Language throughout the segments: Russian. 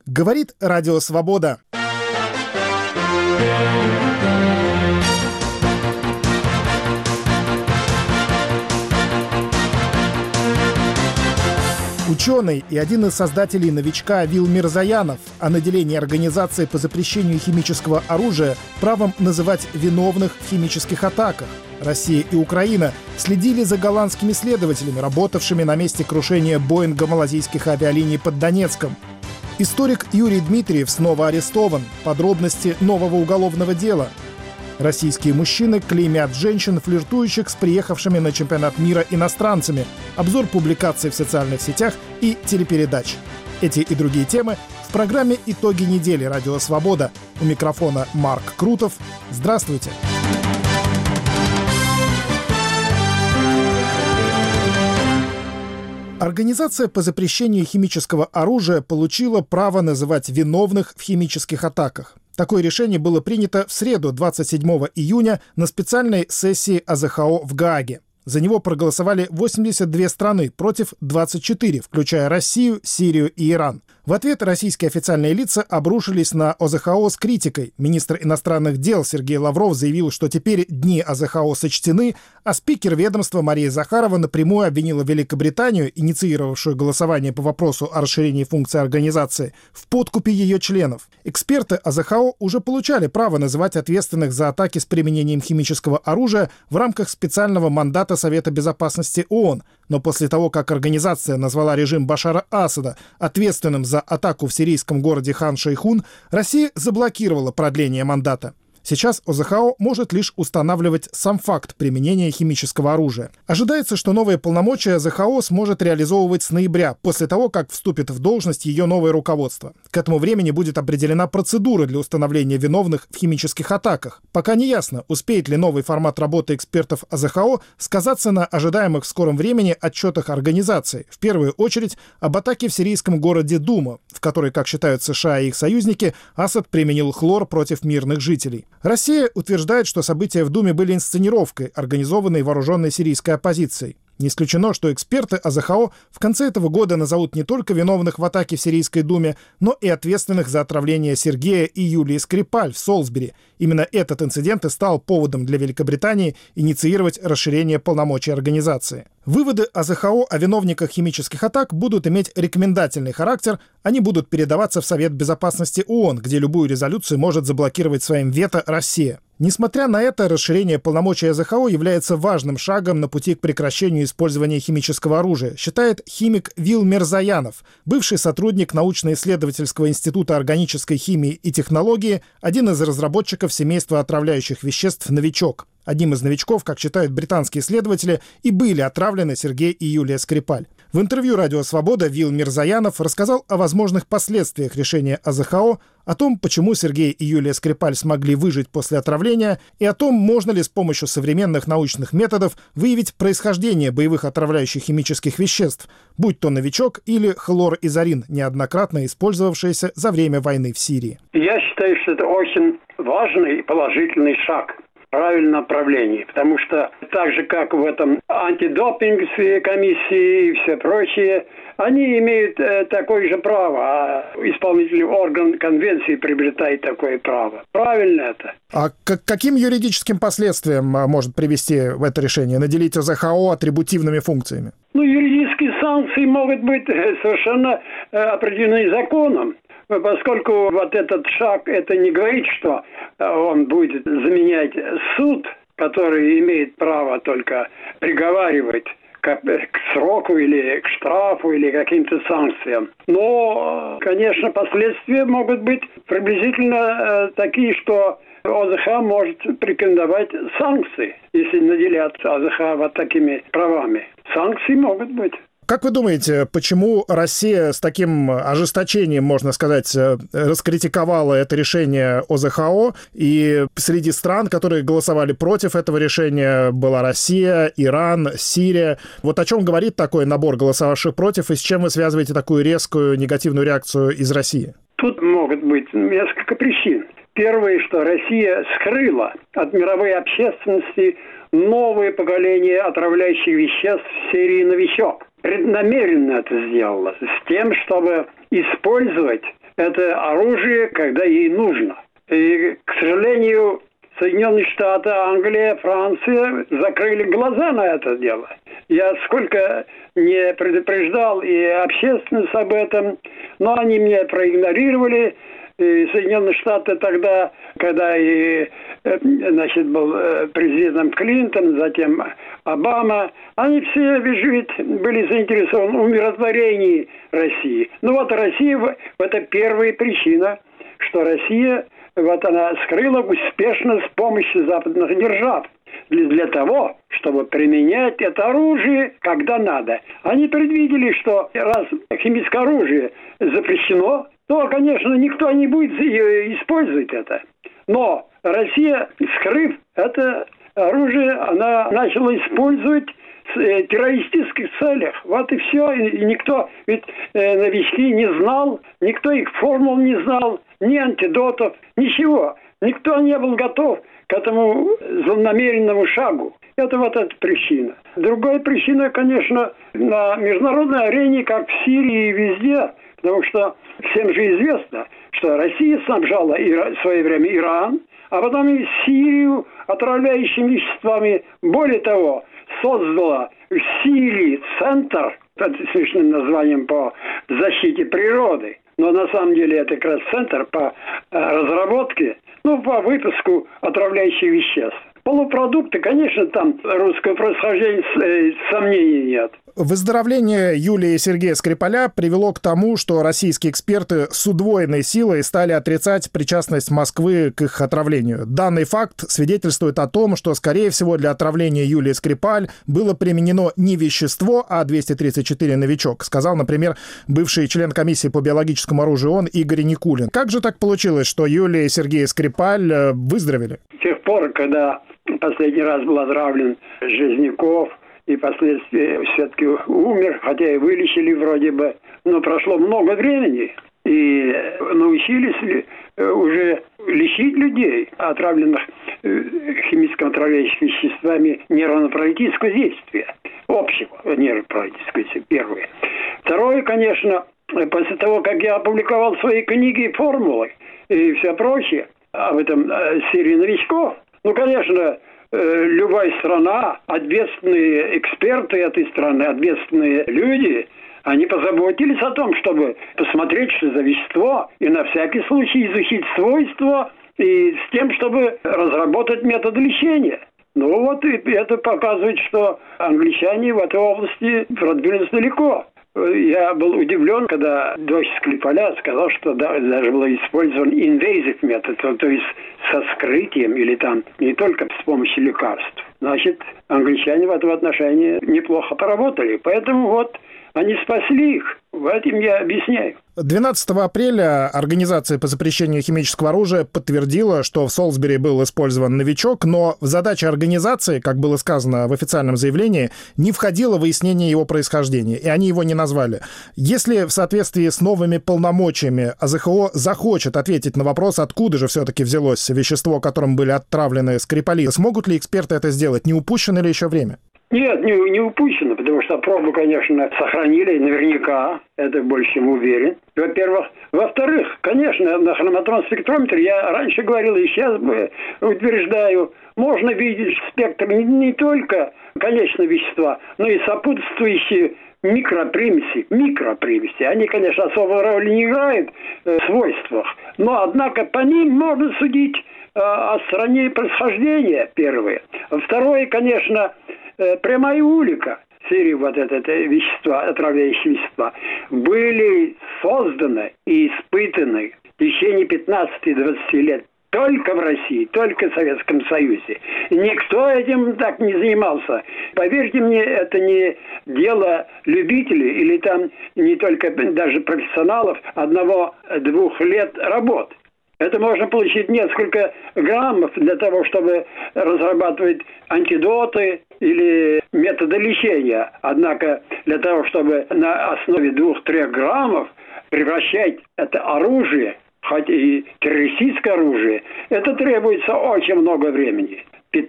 Говорит Радио Свобода. Ученый и один из создателей «Новичка» Вил Мирзаянов о наделении Организации по запрещению химического оружия правом называть виновных в химических атаках. Россия и Украина следили за голландскими следователями, работавшими на месте крушения Боинга малазийских авиалиний под Донецком. Историк Юрий Дмитриев снова арестован. Подробности нового уголовного дела. Российские мужчины клеймят женщин, флиртующих с приехавшими на чемпионат мира иностранцами. Обзор публикаций в социальных сетях и телепередач. Эти и другие темы в программе «Итоги недели» Радио Свобода. У микрофона Марк Крутов. Здравствуйте! Организация по запрещению химического оружия получила право называть виновных в химических атаках. Такое решение было принято в среду, 27 июня, на специальной сессии АЗХО в Гааге. За него проголосовали 82 страны против 24, включая Россию, Сирию и Иран. В ответ российские официальные лица обрушились на АЗХО с критикой. Министр иностранных дел Сергей Лавров заявил, что теперь дни АЗХО сочтены, а спикер ведомства Мария Захарова напрямую обвинила Великобританию, инициировавшую голосование по вопросу о расширении функций организации, в подкупе ее членов. Эксперты АЗХО уже получали право называть ответственных за атаки с применением химического оружия в рамках специального мандата Совета безопасности ООН. Но после того, как организация назвала режим Башара Асада ответственным за атаку в сирийском городе Хан-Шейхун, Россия заблокировала продление мандата. Сейчас АЗХО может лишь устанавливать сам факт применения химического оружия. Ожидается, что новые полномочия АЗХО сможет реализовывать с ноября, после того, как вступит в должность ее новое руководство. К этому времени будет определена процедура для установления виновных в химических атаках. Пока не ясно, успеет ли новый формат работы экспертов АЗХО сказаться на ожидаемых в скором времени отчетах организации. В первую очередь об атаке в сирийском городе Дума, в которой, как считают США и их союзники, Асад применил хлор против мирных жителей. Россия утверждает, что события в Думе были инсценировкой, организованной вооруженной сирийской оппозицией. Не исключено, что эксперты АЗХО в конце этого года назовут не только виновных в атаке в сирийской Думе, но и ответственных за отравление Сергея и Юлии Скрипаль в Солсбери. Именно этот инцидент и стал поводом для Великобритании инициировать расширение полномочий организации. Выводы АЗХО о виновниках химических атак будут иметь рекомендательный характер, они будут передаваться в Совет безопасности ООН, где любую резолюцию может заблокировать своим вето Россия. Несмотря на это, расширение полномочий АЗХО является важным шагом на пути к прекращению использования химического оружия, считает химик Вил Мирзаянов, бывший сотрудник научно-исследовательского института органической химии и технологии, один из разработчиков семейства отравляющих веществ «Новичок». Одним из новичков, как считают британские исследователи, и были отравлены Сергей и Юлия Скрипаль. В интервью «Радио Свобода» Вил Мирзаянов рассказал о возможных последствиях решения АЗХО, о том, почему Сергей и Юлия Скрипаль смогли выжить после отравления, и о том, можно ли с помощью современных научных методов выявить происхождение боевых отравляющих химических веществ, будь то «Новичок» или хлоризарин, неоднократно использовавшийся за время войны в Сирии. Я считаю, что это очень важный и положительный шаг в правильном направлении, потому что так же, как в этом антидопинг комиссии и все прочее, они имеют такое же право, а исполнительный орган конвенции приобретает такое право. Правильно это? А к каким юридическим последствиям может привести это решение, наделить АЗХО атрибутивными функциями? Юридические санкции могут быть совершенно определены законом. Поскольку вот этот шаг, это не говорит, что он будет заменять суд, который имеет право только приговаривать к сроку или к штрафу или каким-то санкциям. Но, конечно, последствия могут быть приблизительно такие, что АЗХО может претендовать санкции, если наделят АЗХО вот такими правами. Санкции могут быть. Как вы думаете, почему Россия с таким ожесточением, можно сказать, раскритиковала это решение АЗХО, и среди стран, которые голосовали против этого решения, была Россия, Иран, Сирия? Вот о чем говорит такой набор голосовавших против, и с чем вы связываете такую резкую негативную реакцию из России? Тут могут быть несколько причин. Первое, что Россия скрыла от мировой общественности новое поколение отравляющих веществ серии «Новичок». Преднамеренно это сделала, с тем, чтобы использовать это оружие, когда ей нужно. И, к сожалению, Соединенные Штаты, Англия, Франция закрыли глаза на это дело. Я сколько не предупреждал и общественность об этом, но они меня проигнорировали. И Соединенные Штаты тогда, когда был президентом Клинтон, затем Обама, они все, были заинтересованы в умиротворении России. Ну вот Россия, это первая причина, что Россия, она скрыла успешно с помощью западных держав. Для того, чтобы применять это оружие, когда надо. Они предвидели, что раз химическое оружие запрещено, то, конечно, никто не будет использовать это. Но Россия, скрыв это оружие, она начала использовать в террористических целях. Вот и все. И никто, ведь новички не знал, никто их формул не знал, ни антидотов, ничего. Никто не был готов к этому злонамеренному шагу. Это вот эта причина. Другая причина, конечно, на международной арене, как в Сирии и везде, потому что всем же известно, что Россия снабжала в свое время Иран, а потом и Сирию отравляющими веществами. Более того, создала в Сирии центр, под смешным названием по защите природы, но на самом деле это как раз центр по разработке, по выпуску отравляющих веществ. Полупродукты, конечно, там русского происхождения сомнений нет. Выздоровление Юлии и Сергея Скрипаля привело к тому, что российские эксперты с удвоенной силой стали отрицать причастность Москвы к их отравлению. Данный факт свидетельствует о том, что, скорее всего, для отравления Юлии Скрипаль было применено не вещество, а 234 «Новичок», сказал, например, бывший член комиссии по биологическому оружию ООН Игорь Никулин. Как же так получилось, что Юлия и Сергей Скрипаль выздоровели? С тех пор, когда последний раз был отравлен Жизняков, и впоследствии все-таки умер, хотя и вылечили вроде бы. Но прошло много времени, и научились уже лечить людей, отравленных химическими отравляющими веществами нейронапаралитического действия. Общего нейронапаралитического действия, первое. Второе, конечно, после того, как я опубликовал свои книги, формулы и все прочее об этом серии новичков, конечно, любая страна, ответственные эксперты этой страны, ответственные люди, они позаботились о том, чтобы посмотреть, что за вещество, и на всякий случай изучить свойства, и с тем, чтобы разработать методы лечения. И это показывает, что англичане в этой области продвинулись далеко. Я был удивлен, когда дочь Скрипаля сказал, что даже был использован invasive метод, то есть со скрытием или там не только с помощью лекарств. Значит, англичане в этом отношении неплохо поработали. Поэтому они спасли их. В этом я объясняю. 12 апреля Организация по запрещению химического оружия подтвердила, что в Солсбери был использован «Новичок», но в задачи организации, как было сказано в официальном заявлении, не входило выяснение его происхождения, и они его не назвали. Если в соответствии с новыми полномочиями АЗХО захочет ответить на вопрос, откуда же все-таки взялось вещество, которым были отравлены Скрипали, смогут ли эксперты это сделать? Не упущено ли еще время? Нет, не упущено, потому что пробу, конечно, сохранили, наверняка, это больше чем уверен. Во-первых. Во-вторых, конечно, на хроматон-спектрометре, я раньше говорил и сейчас утверждаю, можно видеть спектр не только конечного вещества, но и сопутствующие микропримеси. Они, конечно, особой роли не играют в свойствах, но, однако, по ним можно судить о стране происхождения, первое. Второе, конечно, прямая улика серии вещества, отравляющие вещества, были созданы и испытаны в течение 15-20 лет только в России, только в Советском Союзе. Никто этим так не занимался. Поверьте мне, это не дело любителей или там не только даже профессионалов 1-2 лет работы. Это можно получить несколько граммов для того, чтобы разрабатывать антидоты или методы лечения. Однако для того, чтобы на основе 2-3 граммов превращать это оружие, хоть и террористическое оружие, это требуется очень много времени.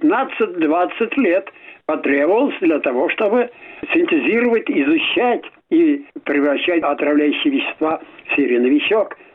15-20 лет потребовалось для того, чтобы синтезировать, изучать и превращать отравляющие вещества в серию «Новичок».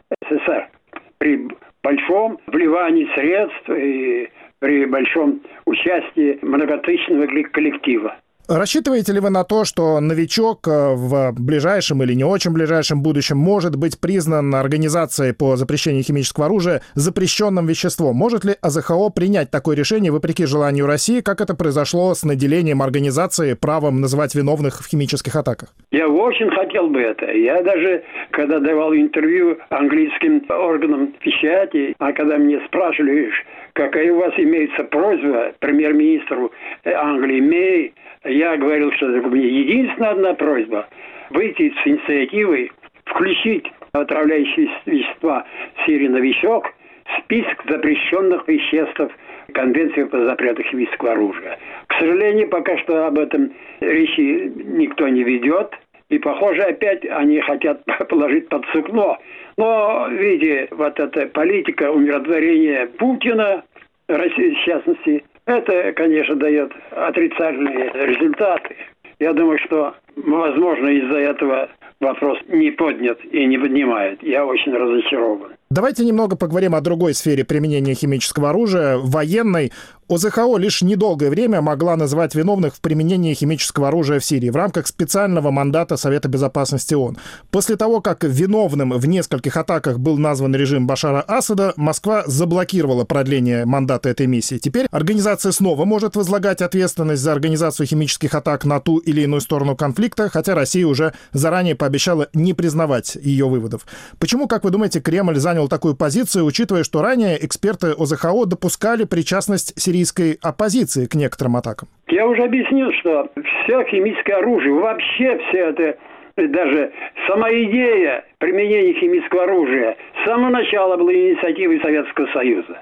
СССР при большом вливании средств и при большом участии многотысячного коллектива. Рассчитываете ли вы на то, что новичок в ближайшем или не очень ближайшем будущем может быть признан Организацией по запрещению химического оружия запрещенным веществом? Может ли АЗХО принять такое решение вопреки желанию России, как это произошло с наделением организации правом называть виновных в химических атаках? Я очень хотел бы это. Я даже, когда давал интервью английским органам печати, а когда мне спрашивали, какая у вас имеется просьба премьер-министру Англии Мэй, я говорил, что у меня единственная одна просьба – выйти с инициативой, включить отравляющие вещества серии «Новичок» в список запрещенных веществ Конвенции по запрету химического оружия. К сожалению, пока что об этом речи никто не ведет. И, похоже, опять они хотят положить под сукно. Но, видите, вот эта политика умиротворения Путина, России в частности, это, конечно, дает отрицательные результаты. Я думаю, что, возможно, из-за этого вопрос не поднят и не поднимает. Я очень разочарован. Давайте немного поговорим о другой сфере применения химического оружия, военной. ОЗХО лишь недолгое время могла называть виновных в применении химического оружия в Сирии в рамках специального мандата Совета Безопасности ООН. После того, как виновным в нескольких атаках был назван режим Башара Асада, Москва заблокировала продление мандата этой миссии. Теперь организация снова может возлагать ответственность за организацию химических атак на ту или иную сторону конфликта, хотя Россия уже заранее пообещала не признавать ее выводов. Почему, как вы думаете, Кремль занял такую позицию, учитывая, что ранее эксперты ОЗХО допускали причастность сирийской оппозиции к некоторым атакам? Я уже объяснил, что все химическое оружие, вообще все это, даже сама идея применения химического оружия с самого начала была инициативой Советского Союза.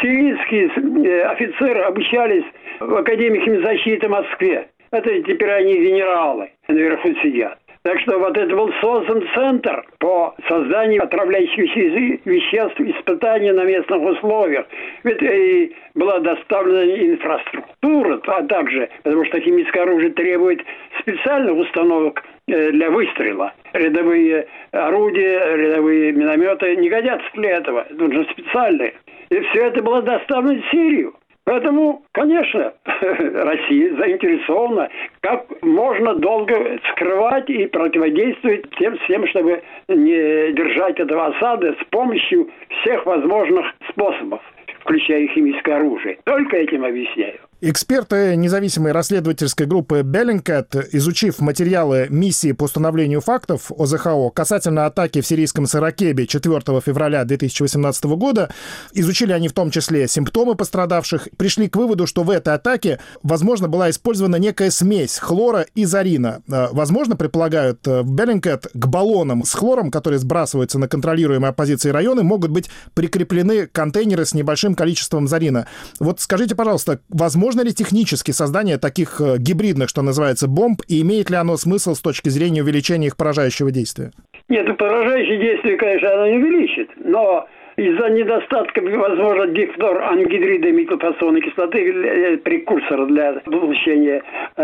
Сирийские офицеры обучались в Академии химзащиты в Москве. Это теперь они генералы, наверху сидят. Так что вот это был создан центр по созданию отравляющих веществ, испытаний на местных условиях. Ведь и была доставлена инфраструктура, а также, потому что химическое оружие требует специальных установок для выстрела. Рядовые орудия, рядовые минометы не годятся для этого, нужны специальные. И все это было доставлено в Сирию. Поэтому, конечно, Россия заинтересована, как можно долго скрывать и противодействовать всем, чтобы не держать этого Асада с помощью всех возможных способов, включая химическое оружие. Только этим объясняю. Эксперты независимой расследовательской группы Bellingcat, изучив материалы миссии по установлению фактов ОЗХО касательно атаки в сирийском Саракебе 4 февраля 2018 года, изучили они в том числе симптомы пострадавших, пришли к выводу, что в этой атаке, возможно, была использована некая смесь хлора и зарина. Возможно, предполагают в Bellingcat, к баллонам с хлором, которые сбрасываются на контролируемые оппозицией районы, могут быть прикреплены контейнеры с небольшим количеством зарина. Вот скажите, пожалуйста, возможно ли технически создание таких гибридных, что называется, бомб, и имеет ли оно смысл с точки зрения увеличения их поражающего действия? Нет, поражающее действие, конечно, оно не увеличит, но из-за недостатка, возможно, дихлоангидрида метилфосфорной кислоты, прекурсора для получения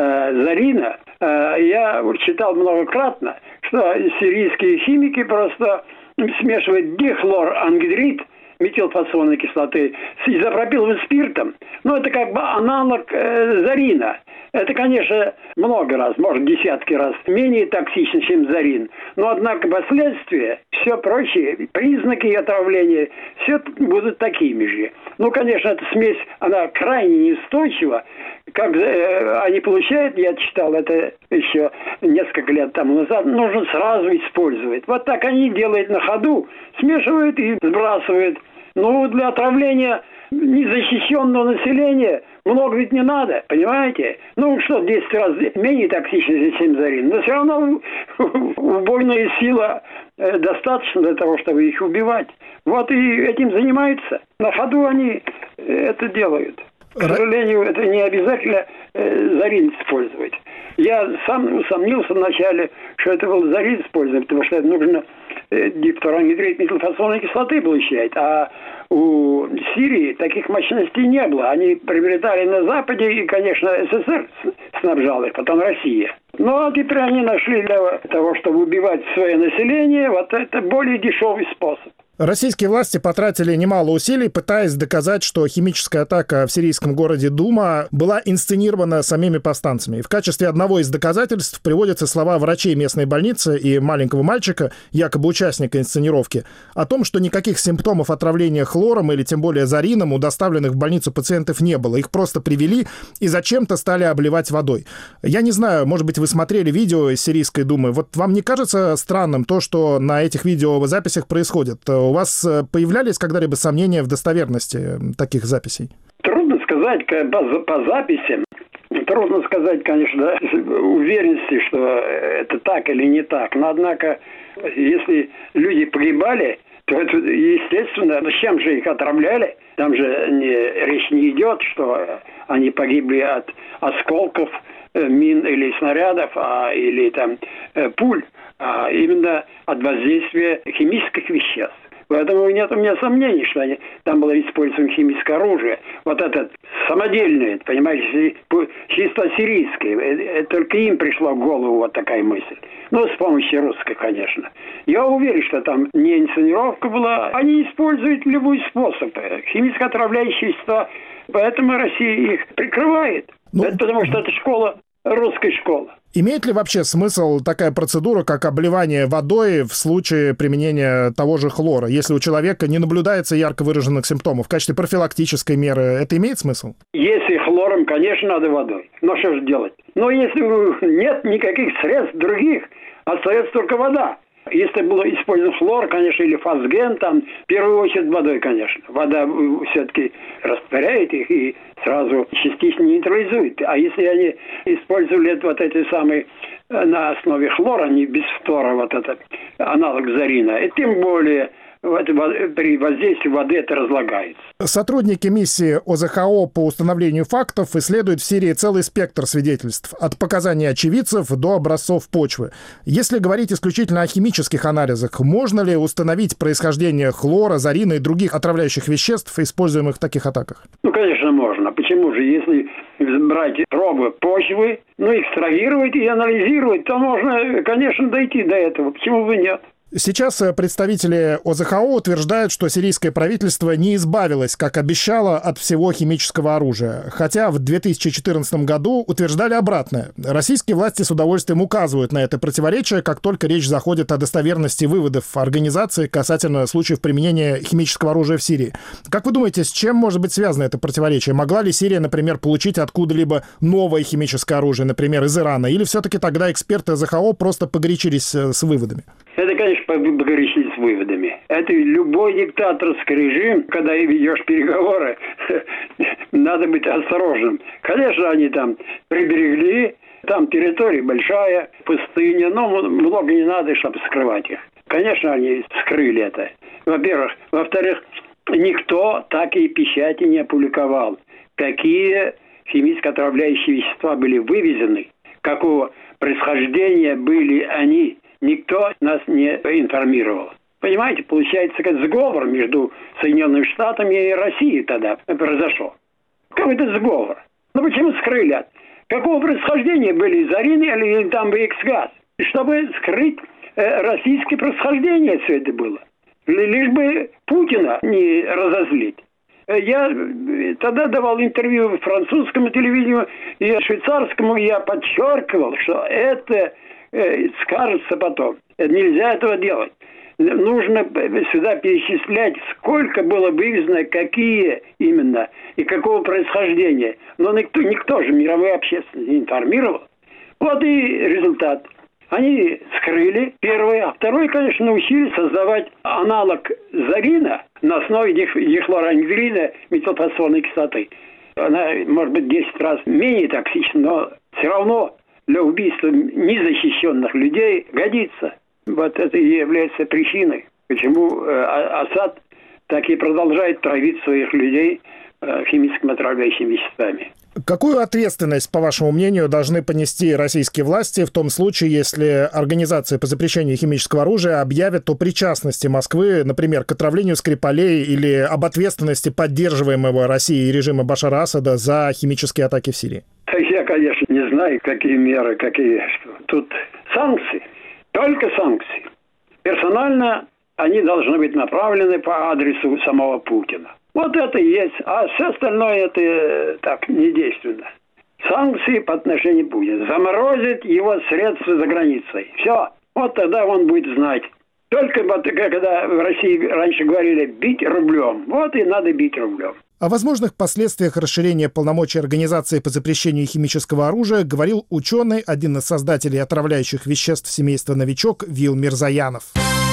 зарина, я читал многократно, что сирийские химики просто смешивают дихлорангидрид метилфосфорной кислоты с изопропиловым спиртом. Ну, это как бы аналог зарина. Это, конечно, много раз, может, десятки раз менее токсично, чем зарин. Но, однако, последствия, все прочие, признаки отравления, все будут такими же. Ну, конечно, эта смесь, она крайне неустойчива. Как они получают, я читал это еще несколько лет тому назад, нужно сразу использовать. Вот так они делают на ходу, смешивают и сбрасывают. Ну, для отравления незащищенного населения много ведь не надо, понимаете? Ну, что, 10 раз менее токсично, чем зарин. Но все равно убойная сила достаточно для того, чтобы их убивать. Вот и этим занимаются. На ходу они это делают. К сожалению, это не обязательно зарин использовать. Я сам усомнился вначале, что это был зарин использовать, потому что это нужно дифторангидрид метилфосфорной кислоты получать. А у Сирии таких мощностей не было. Они приобретали на Западе, и, конечно, СССР снабжал их, потом Россия. Ну, а теперь они нашли для того, чтобы убивать свое население, вот это более дешевый способ. Российские власти потратили немало усилий, пытаясь доказать, что химическая атака в сирийском городе Дума была инсценирована самими повстанцами. И в качестве одного из доказательств приводятся слова врачей местной больницы и маленького мальчика, якобы участника инсценировки, о том, что никаких симптомов отравления хлором или тем более зарином у доставленных в больницу пациентов не было. Их просто привели и зачем-то стали обливать водой. Я не знаю, может быть, вы смотрели видео из сирийской Думы. Вот вам не кажется странным то, что на этих видеозаписях происходит? У вас появлялись когда-либо сомнения в достоверности таких записей? Трудно сказать по записям. Трудно сказать, конечно, уверенности, что это так или не так. Но, однако, если люди погибали, то это, естественно, чем же их отравляли? Там же речь не идет, что они погибли от осколков мин или снарядов, или там пуль, а именно от воздействия химических веществ. Поэтому нет у меня сомнений, что там было использовано химическое оружие. Вот это самодельное, понимаете, чисто сирийское. Только им пришла в голову вот такая мысль. Ну, с помощью русской, конечно. Я уверен, что там не инсценировка была. Они используют любой способ. Химически отравляющие вещества. Поэтому Россия их прикрывает. Это потому что это школа, русская школа. Имеет ли вообще смысл такая процедура, как обливание водой в случае применения того же хлора, если у человека не наблюдается ярко выраженных симптомов в качестве профилактической меры? Это имеет смысл? Если хлором, конечно, надо водой. Но что же делать? Но если нет никаких средств других, остается только вода. Если был использован хлор, конечно, или фосген, там, в первую очередь водой, конечно. Вода все-таки растворяет их и сразу частично нейтрализует. А если они использовали вот эти самые на основе хлора, не без фтора, вот этот аналог зарина, и тем более при воздействии воды это разлагается. Сотрудники миссии ОЗХО по установлению фактов исследуют в Сирии целый спектр свидетельств, от показаний очевидцев до образцов почвы. Если говорить исключительно о химических анализах, можно ли установить происхождение хлора, зарина и других отравляющих веществ, используемых в таких атаках? Ну, конечно, можно. Почему же? Если брать пробы почвы, экстрагировать и анализировать, то можно, конечно, дойти до этого. Почему бы нет? Сейчас представители ОЗХО утверждают, что сирийское правительство не избавилось, как обещало, от всего химического оружия. Хотя в 2014 году утверждали обратное. Российские власти с удовольствием указывают на это противоречие, как только речь заходит о достоверности выводов организации касательно случаев применения химического оружия в Сирии. Как вы думаете, с чем может быть связано это противоречие? Могла ли Сирия, например, получить откуда-либо новое химическое оружие, например, из Ирана? Или все-таки тогда эксперты ОЗХО просто погорячились с выводами? Это, конечно, погорячились с выводами. Это любой диктаторский режим, когда ведешь переговоры, надо быть осторожным. Конечно, они там приберегли, там территория большая, пустыня, но много не надо, чтобы скрывать их. Конечно, они скрыли это. Во-первых. Во-вторых, никто так и печати не опубликовал, какие химически отравляющие вещества были вывезены, какого происхождения были они. Никто нас не информировал. Понимаете, получается, как сговор между Соединенными Штатами и Россией тогда произошел. Какой-то сговор. Но почему скрыли? Какого происхождения были зарины или там икс-газ? Чтобы скрыть российское происхождение все это было. Лишь бы Путина не разозлить. Я тогда давал интервью французскому телевидению и швейцарскому, я подчеркивал, что это скажется потом. Нельзя этого делать. Нужно сюда перечислять, сколько было вывезено, какие именно и какого происхождения. Но никто же мировую общественность не информировал. Вот и результат. Они скрыли первое, а второе, конечно, научились создавать аналог зарина на основе дихлороангелина метилфосфорной кислоты. Она, может быть, 10 раз менее токсична, но все равно для убийства незащищенных людей годится. Вот это и является причиной, почему Асад так и продолжает травить своих людей химическими отравляющими веществами. Какую ответственность, по вашему мнению, должны понести российские власти в том случае, если Организация по запрещению химического оружия объявит о причастности Москвы, например, к отравлению Скрипалей или об ответственности поддерживаемого Россией режима Башара Асада за химические атаки в Сирии? Я, конечно, не знаю, какие меры, какие. Тут санкции, только санкции. Персонально они должны быть направлены по адресу самого Путина. Вот это и есть. А все остальное это так, недейственно. Санкции по отношению к Путину. Заморозит его средства за границей. Все. Вот тогда он будет знать. Только вот, когда в России раньше говорили «бить рублем», вот и надо бить рублем. О возможных последствиях расширения полномочий Организации по запрещению химического оружия говорил ученый, один из создателей отравляющих веществ семейства «Новичок» Вил Мирзаянов.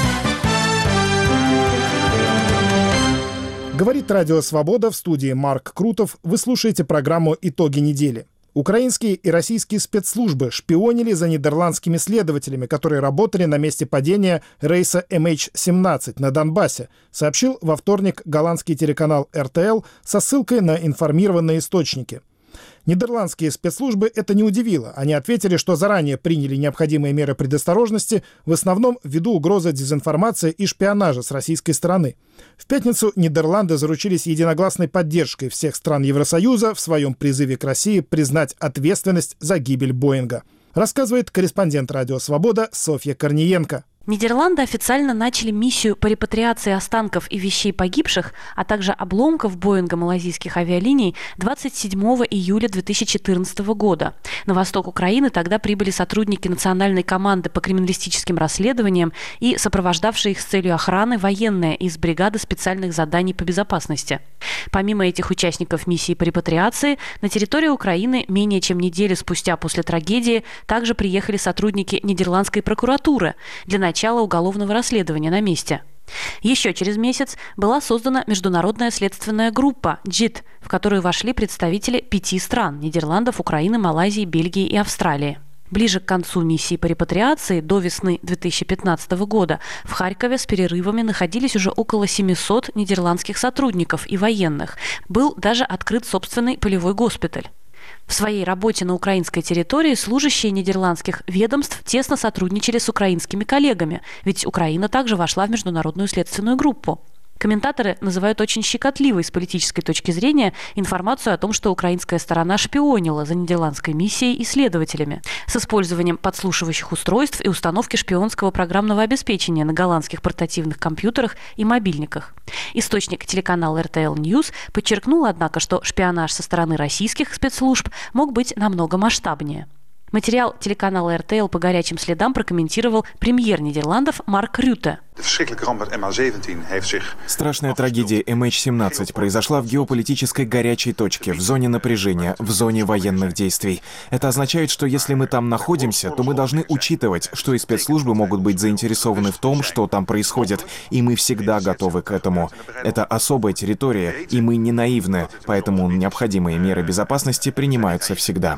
Говорит Радио Свобода, в студии Марк Крутов. Вы слушаете программу «Итоги недели». Украинские и российские спецслужбы шпионили за нидерландскими следователями, которые работали на месте падения рейса MH17 на Донбассе, сообщил во вторник голландский телеканал РТЛ со ссылкой на информированные источники. Нидерландские спецслужбы это не удивило. Они ответили, что заранее приняли необходимые меры предосторожности, в основном ввиду угрозы дезинформации и шпионажа с российской стороны. В пятницу Нидерланды заручились единогласной поддержкой всех стран Евросоюза в своем призыве к России признать ответственность за гибель Боинга. Рассказывает корреспондент Радио Свобода Софья Корниенко. Нидерланды официально начали миссию по репатриации останков и вещей погибших, а также обломков Боинга малайзийских авиалиний 27 июля 2014 года. На восток Украины тогда прибыли сотрудники Национальной команды по криминалистическим расследованиям и сопровождавшие их с целью охраны военные из бригады специальных заданий по безопасности. Помимо этих участников миссии по репатриации, на территорию Украины менее чем неделю спустя после трагедии также приехали сотрудники Нидерландской прокуратуры для начала уголовного расследования на месте. Еще через месяц была создана международная следственная группа JIT, в которую вошли представители 5 стран – Нидерландов, Украины, Малайзии, Бельгии и Австралии. Ближе к концу миссии по репатриации, до весны 2015 года, в Харькове с перерывами находились уже около 700 нидерландских сотрудников и военных. Был даже открыт собственный полевой госпиталь. В своей работе на украинской территории служащие нидерландских ведомств тесно сотрудничали с украинскими коллегами, ведь Украина также вошла в международную следственную группу. Комментаторы называют очень щекотливой с политической точки зрения информацию о том, что украинская сторона шпионила за нидерландской миссией и следователями с использованием подслушивающих устройств и установки шпионского программного обеспечения на голландских портативных компьютерах и мобильниках. Источник телеканала RTL News подчеркнул, однако, что шпионаж со стороны российских спецслужб мог быть намного масштабнее. Материал телеканала РТЛ по горячим следам прокомментировал премьер Нидерландов Марк Рюте. Страшная трагедия MH17 произошла в геополитической горячей точке, в зоне напряжения, в зоне военных действий. Это означает, что если мы там находимся, то мы должны учитывать, что и спецслужбы могут быть заинтересованы в том, что там происходит, и мы всегда готовы к этому. Это особая территория, и мы не наивны, поэтому необходимые меры безопасности принимаются всегда.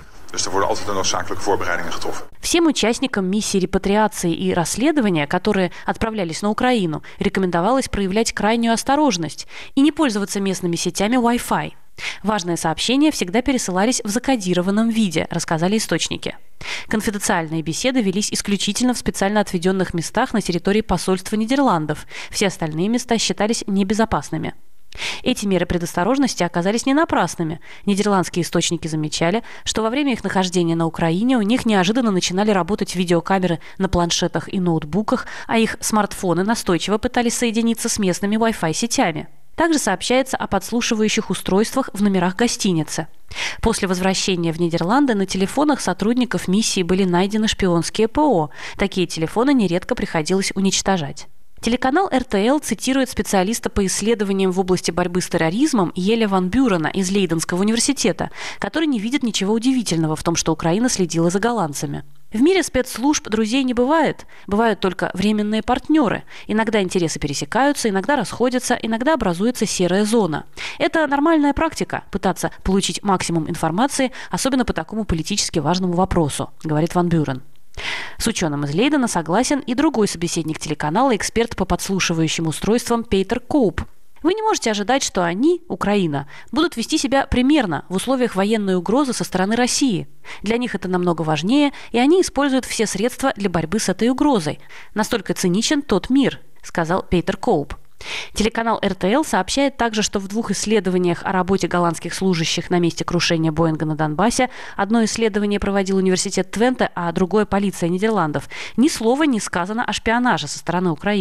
Всем участникам миссии репатриации и расследования, которые отправлялись на Украину, рекомендовалось проявлять крайнюю осторожность и не пользоваться местными сетями Wi-Fi. Важные сообщения всегда пересылались в закодированном виде, рассказали источники. Конфиденциальные беседы велись исключительно в специально отведенных местах на территории посольства Нидерландов. Все остальные места считались небезопасными. Эти меры предосторожности оказались не напрасными. Нидерландские источники замечали, что во время их нахождения на Украине у них неожиданно начинали работать видеокамеры на планшетах и ноутбуках, а их смартфоны настойчиво пытались соединиться с местными Wi-Fi сетями. Также сообщается о подслушивающих устройствах в номерах гостиницы. После возвращения в Нидерланды на телефонах сотрудников миссии были найдены шпионские ПО. Такие телефоны нередко приходилось уничтожать. Телеканал РТЛ цитирует специалиста по исследованиям в области борьбы с терроризмом Еля Ван Бюрена из Лейденского университета, который не видит ничего удивительного в том, что Украина следила за голландцами. В мире спецслужб друзей не бывает. Бывают только временные партнеры. Иногда интересы пересекаются, иногда расходятся, иногда образуется серая зона. Это нормальная практика – пытаться получить максимум информации, особенно по такому политически важному вопросу, говорит Ван Бюрен. С ученым из Лейдена согласен и другой собеседник телеканала, эксперт по подслушивающим устройствам Пейтер Коуп. Вы не можете ожидать, что они, Украина, будут вести себя примерно в условиях военной угрозы со стороны России. Для них это намного важнее, и они используют все средства для борьбы с этой угрозой. Настолько циничен тот мир, сказал Пейтер Коуп. Телеканал РТЛ сообщает также, что в 2 исследованиях о работе голландских служащих на месте крушения Боинга на Донбассе, одно исследование проводил университет Твенте, а другое – полиция Нидерландов, ни слова не сказано о шпионаже со стороны Украины.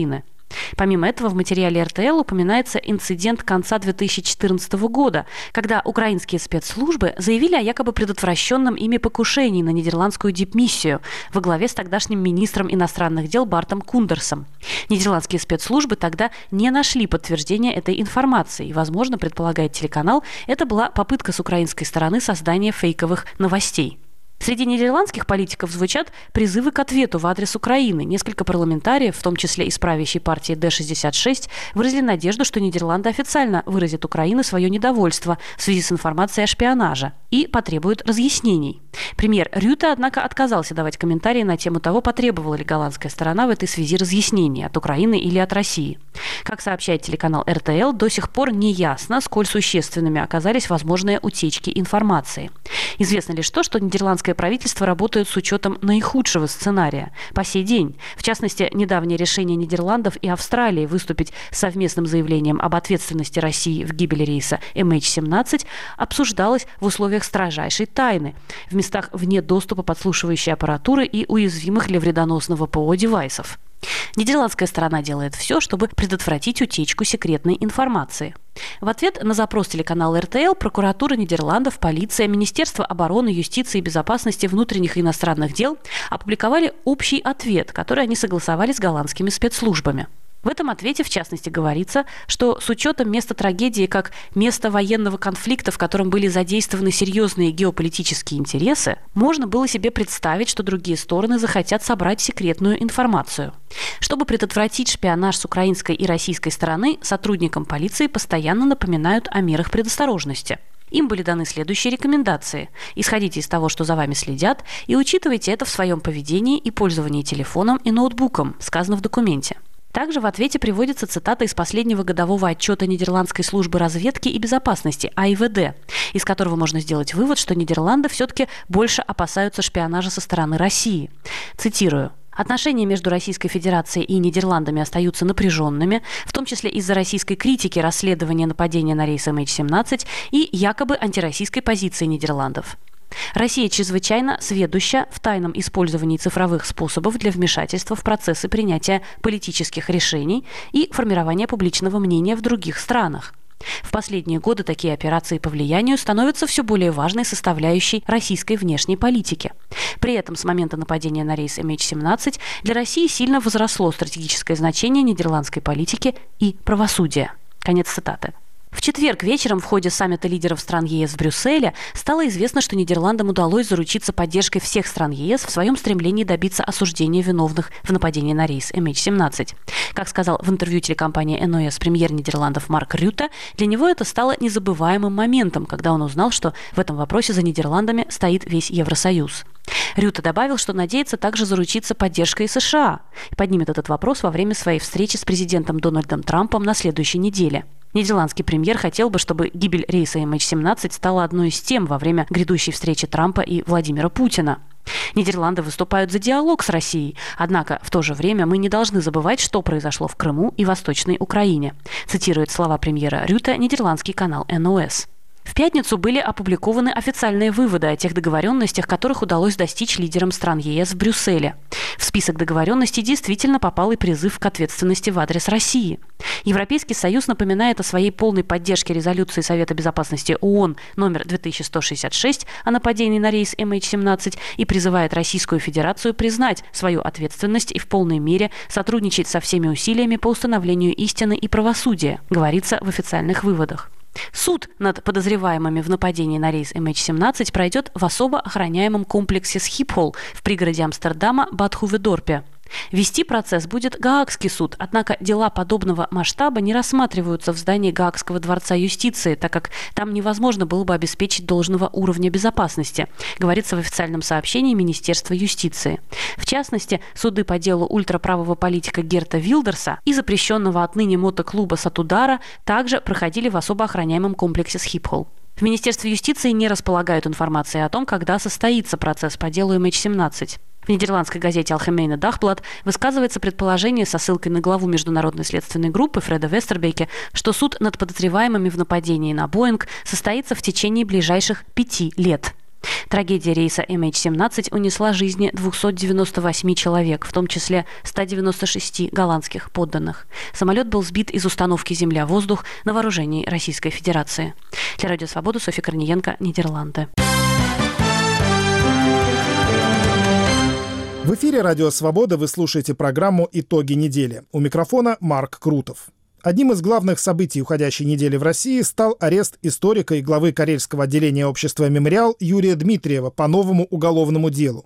Помимо этого, в материале РТЛ упоминается инцидент конца 2014 года, когда украинские спецслужбы заявили о якобы предотвращенном ими покушении на нидерландскую дипмиссию во главе с тогдашним министром иностранных дел Бартом Кундерсом. Нидерландские спецслужбы тогда не нашли подтверждения этой информации. И, возможно, предполагает телеканал, это была попытка с украинской стороны создания фейковых новостей. Среди нидерландских политиков звучат призывы к ответу в адрес Украины. Несколько парламентариев, в том числе из правящей партии Д-66, выразили надежду, что Нидерланды официально выразят Украине свое недовольство в связи с информацией о шпионаже и потребуют разъяснений. Премьер Рюте, однако, отказался давать комментарии на тему того, потребовала ли голландская сторона в этой связи разъяснений от Украины или от России. Как сообщает телеканал РТЛ, до сих пор не ясно, сколь существенными оказались возможные утечки информации. Известно лишь то, что нидерландское правительство работает с учетом наихудшего сценария по сей день. В частности, недавнее решение Нидерландов и Австралии выступить с совместным заявлением об ответственности России в гибели рейса MH17 обсуждалось в условиях строжайшей тайны, в местах вне доступа подслушивающей аппаратуры и уязвимых для вредоносного ПО девайсов. Нидерландская сторона делает все, чтобы предотвратить утечку секретной информации. В ответ на запрос телеканала РТЛ прокуратура Нидерландов, полиция, Министерство обороны, юстиции и безопасности внутренних и иностранных дел опубликовали общий ответ, который они согласовали с голландскими спецслужбами. В этом ответе, в частности, говорится, что с учетом места трагедии как места военного конфликта, в котором были задействованы серьезные геополитические интересы, можно было себе представить, что другие стороны захотят собрать секретную информацию. Чтобы предотвратить шпионаж с украинской и российской стороны, сотрудникам полиции постоянно напоминают о мерах предосторожности. Им были даны следующие рекомендации. Исходите из того, что за вами следят, и учитывайте это в своем поведении и пользовании телефоном и ноутбуком, сказано в документе. Также в ответе приводится цитата из последнего годового отчета Нидерландской службы разведки и безопасности АИВД, из которого можно сделать вывод, что Нидерланды все-таки больше опасаются шпионажа со стороны России. Цитирую. Отношения между Российской Федерацией и Нидерландами остаются напряженными, в том числе из-за российской критики расследования нападения на рейс MH17 и якобы антироссийской позиции Нидерландов. Россия чрезвычайно сведуща в тайном использовании цифровых способов для вмешательства в процессы принятия политических решений и формирования публичного мнения в других странах. В последние годы такие операции по влиянию становятся все более важной составляющей российской внешней политики. При этом с момента нападения на рейс MH17 для России сильно возросло стратегическое значение нидерландской политики и правосудия. Конец цитаты. В четверг вечером в ходе саммита лидеров стран ЕС в Брюсселе стало известно, что Нидерландам удалось заручиться поддержкой всех стран ЕС в своем стремлении добиться осуждения виновных в нападении на рейс MH17. Как сказал в интервью телекомпании НОС премьер Нидерландов Марк Рюте, для него это стало незабываемым моментом, когда он узнал, что в этом вопросе за Нидерландами стоит весь Евросоюз. Рюте добавил, что надеется также заручиться поддержкой США и поднимет этот вопрос во время своей встречи с президентом Дональдом Трампом на следующей неделе. Нидерландский премьер хотел бы, чтобы гибель рейса MH17 стала одной из тем во время грядущей встречи Трампа и Владимира Путина. Нидерланды выступают за диалог с Россией, однако в то же время мы не должны забывать, что произошло в Крыму и Восточной Украине, цитирует слова премьера Рюте нидерландский канал НОС. В пятницу были опубликованы официальные выводы о тех договоренностях, которых удалось достичь лидерам стран ЕС в Брюсселе. В список договоренностей действительно попал и призыв к ответственности в адрес России. Европейский Союз напоминает о своей полной поддержке резолюции Совета безопасности ООН номер 2166 о нападении на рейс MH17 и призывает Российскую Федерацию признать свою ответственность и в полной мере сотрудничать со всеми усилиями по установлению истины и правосудия, говорится в официальных выводах. Суд над подозреваемыми в нападении на рейс MH17 пройдет в особо охраняемом комплексе Схипхол в пригороде Амстердама Бад-Хуведорпе. Вести процесс будет Гаагский суд, однако дела подобного масштаба не рассматриваются в здании Гаагского дворца юстиции, так как там невозможно было бы обеспечить должного уровня безопасности, говорится в официальном сообщении Министерства юстиции. В частности, суды по делу ультраправого политика Герта Вилдерса и запрещенного отныне мотоклуба Сатудара также проходили в особо охраняемом комплексе Схипхол. В Министерстве юстиции не располагают информацией о том, когда состоится процесс по делу MH17. В нидерландской газете «Algemene Dagblad» высказывается предположение со ссылкой на главу международной следственной группы Фреда Вестербеке, что суд над подозреваемыми в нападении на Боинг состоится в течение ближайших 5 лет. Трагедия рейса MH17 унесла жизни 298 человек, в том числе 196 голландских подданных. Самолет был сбит из установки «Земля-воздух» на вооружении Российской Федерации. Для Радио Свобода Софья Корниенко, Нидерланды. В эфире «Радио Свобода» вы слушаете программу «Итоги недели». У микрофона Марк Крутов. Одним из главных событий уходящей недели в России стал арест историка и главы Карельского отделения общества «Мемориал» Юрия Дмитриева по новому уголовному делу.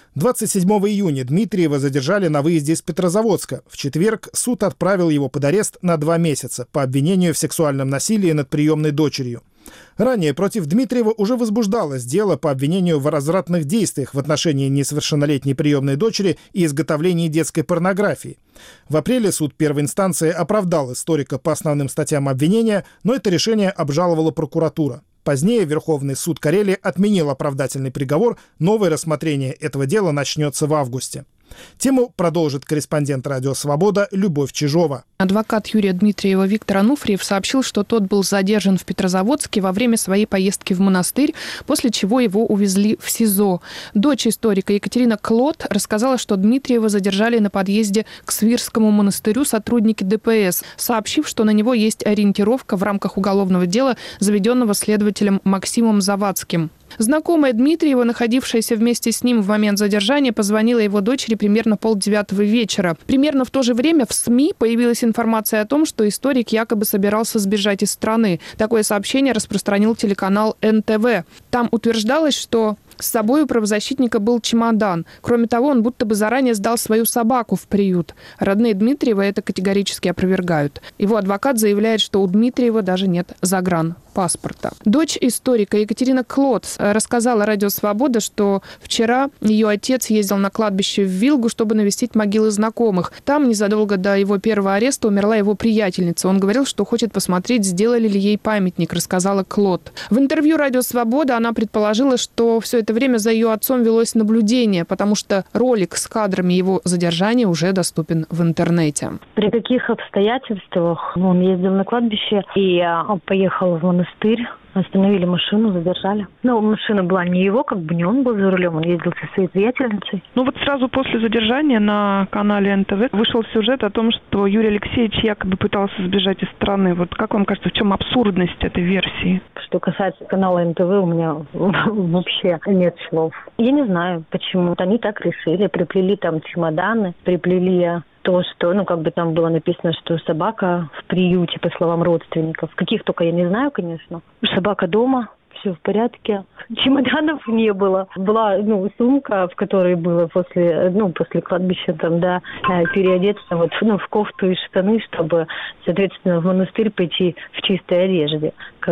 27 июня Дмитриева задержали на выезде из Петрозаводска. В четверг суд отправил его под арест на 2 месяца по обвинению в сексуальном насилии над приемной дочерью. Ранее против Дмитриева уже возбуждалось дело по обвинению в развратных действиях в отношении несовершеннолетней приемной дочери и изготовлении детской порнографии. В апреле суд первой инстанции оправдал историка по основным статьям обвинения, но это решение обжаловала прокуратура. Позднее Верховный суд Карелии отменил оправдательный приговор, новое рассмотрение этого дела начнется в августе. Тему продолжит корреспондент «Радио Свобода» Любовь Чижова. Адвокат Юрия Дмитриева Виктор Ануфриев сообщил, что тот был задержан в Петрозаводске во время своей поездки в монастырь, после чего его увезли в СИЗО. Дочь историка Екатерина Клод рассказала, что Дмитриева задержали на подъезде к Свирскому монастырю сотрудники ДПС, сообщив, что на него есть ориентировка в рамках уголовного дела, заведенного следователем Максимом Завадским. Знакомая Дмитриева, находившаяся вместе с ним в момент задержания, позвонила его дочери примерно 8:30 вечера. Примерно в то же время в СМИ появилась информация о том, что историк якобы собирался сбежать из страны. Такое сообщение распространил телеканал НТВ. Там утверждалось, что с собой у правозащитника был чемодан. Кроме того, он будто бы заранее сдал свою собаку в приют. Родные Дмитриева это категорически опровергают. Его адвокат заявляет, что у Дмитриева даже нет загранпаспорта. Дочь историка Екатерина Клод рассказала Радио Свобода, что вчера ее отец ездил на кладбище в Вилгу, чтобы навестить могилы знакомых. Там незадолго до его первого ареста умерла его приятельница. Он говорил, что хочет посмотреть, сделали ли ей памятник, рассказала Клод. В интервью Радио Свобода она предположила, что все это время за ее отцом велось наблюдение, потому что ролик с кадрами его задержания уже доступен в интернете. При каких обстоятельствах он ездил на кладбище и поехал в монастырь? Остановили машину, задержали. Но машина была не его, не он был за рулем, он ездил со своей приятельницей. Сразу после задержания на канале НТВ вышел сюжет о том, что Юрий Алексеевич якобы пытался сбежать из страны. Как вам кажется, в чем абсурдность этой версии? Что касается канала НТВ, у меня вообще нет слов. Я не знаю, почему. Они так решили, приплели там чемоданы, приплели то, что, там было написано, что собака в приюте, по словам родственников. Каких только я не знаю, конечно. Собака дома, все в порядке. Чемоданов не было. Была, сумка, в которой было после кладбища, переодеться в кофту и штаны, чтобы, соответственно, в монастырь пойти в чистой одежде.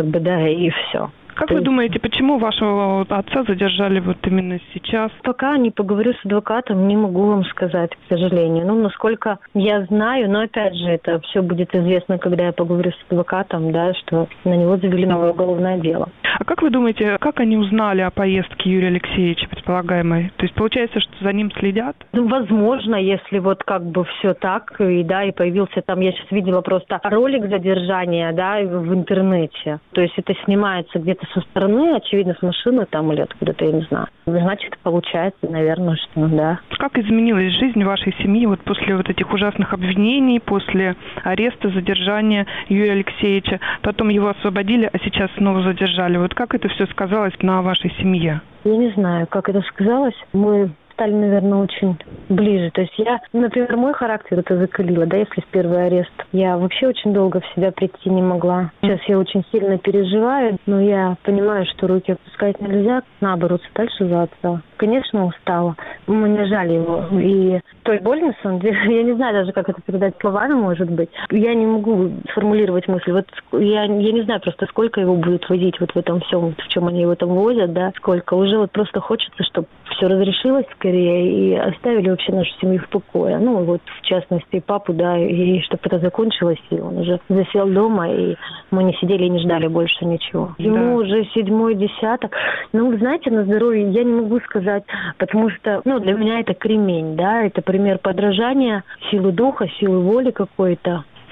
И все. Как вы думаете, почему вашего отца задержали именно сейчас? Пока не поговорю с адвокатом, не могу вам сказать, к сожалению. Насколько я знаю, но опять же, это все будет известно, когда я поговорю с адвокатом, что на него завели новое уголовное дело. А как вы думаете, как они узнали о поездке Юрия Алексеевича предполагаемой? То есть получается, что за ним следят? Возможно, если все так, и появился там, я сейчас видела просто ролик задержания, в интернете. То есть это снимается где-то со стороны, очевидно, с машины или откуда-то, я не знаю. Значит, получается, наверное, что да. Как изменилась жизнь вашей семьи после этих ужасных обвинений, после ареста, задержания Юрия Алексеевича? Потом его освободили, а сейчас снова задержали. Как это все сказалось на вашей семье? Я не знаю, как это сказалось. Мы стали, наверное, очень ближе. То есть я, например, мой характер это закалило, если в первый арест. Я вообще очень долго в себя прийти не могла. Сейчас я очень сильно переживаю, но я понимаю, что руки опускать нельзя, надо бороться дальше за отца. Конечно, устала. Мне жаль его. И той боль, на самом деле, я не знаю даже, как это передать словами, может быть. Я не могу сформулировать мысль. Я не знаю просто, сколько его будет возить в этом всем, в чем они его там возят, сколько. Уже просто хочется, чтобы все разрешилось скорее и оставили вообще нашу семью в покое. В частности, папу, и чтобы это закончилось, и он уже засел дома, и мы не сидели и не ждали больше ничего. Ему уже 7-й десяток. Знаете, на здоровье я не могу сказать, потому что, для меня это кремень, это пример подражания, силы духа, силы воли какой-то.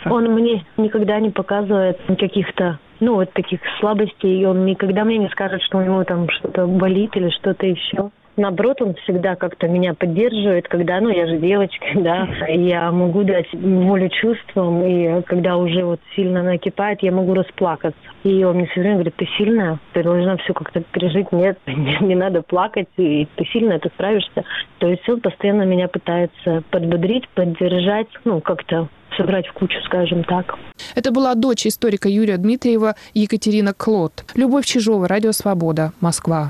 Он мне никогда не показывает каких-то, таких слабостей, и он никогда мне не скажет, что у него там что-то болит или что-то еще. Наоборот, он всегда как-то меня поддерживает, когда, я же девочка, да, я могу дать волю чувствам, и когда уже сильно накипает, я могу расплакаться. И он мне все время говорит: ты сильная, ты должна все как-то пережить. Нет, не надо плакать, и ты сильная, ты справишься. То есть он постоянно меня пытается подбодрить, поддержать, как-то собрать в кучу, скажем так. Это была дочь историка Юрия Дмитриева Екатерина Клот. Любовь Чижова, Радио Свобода, Москва.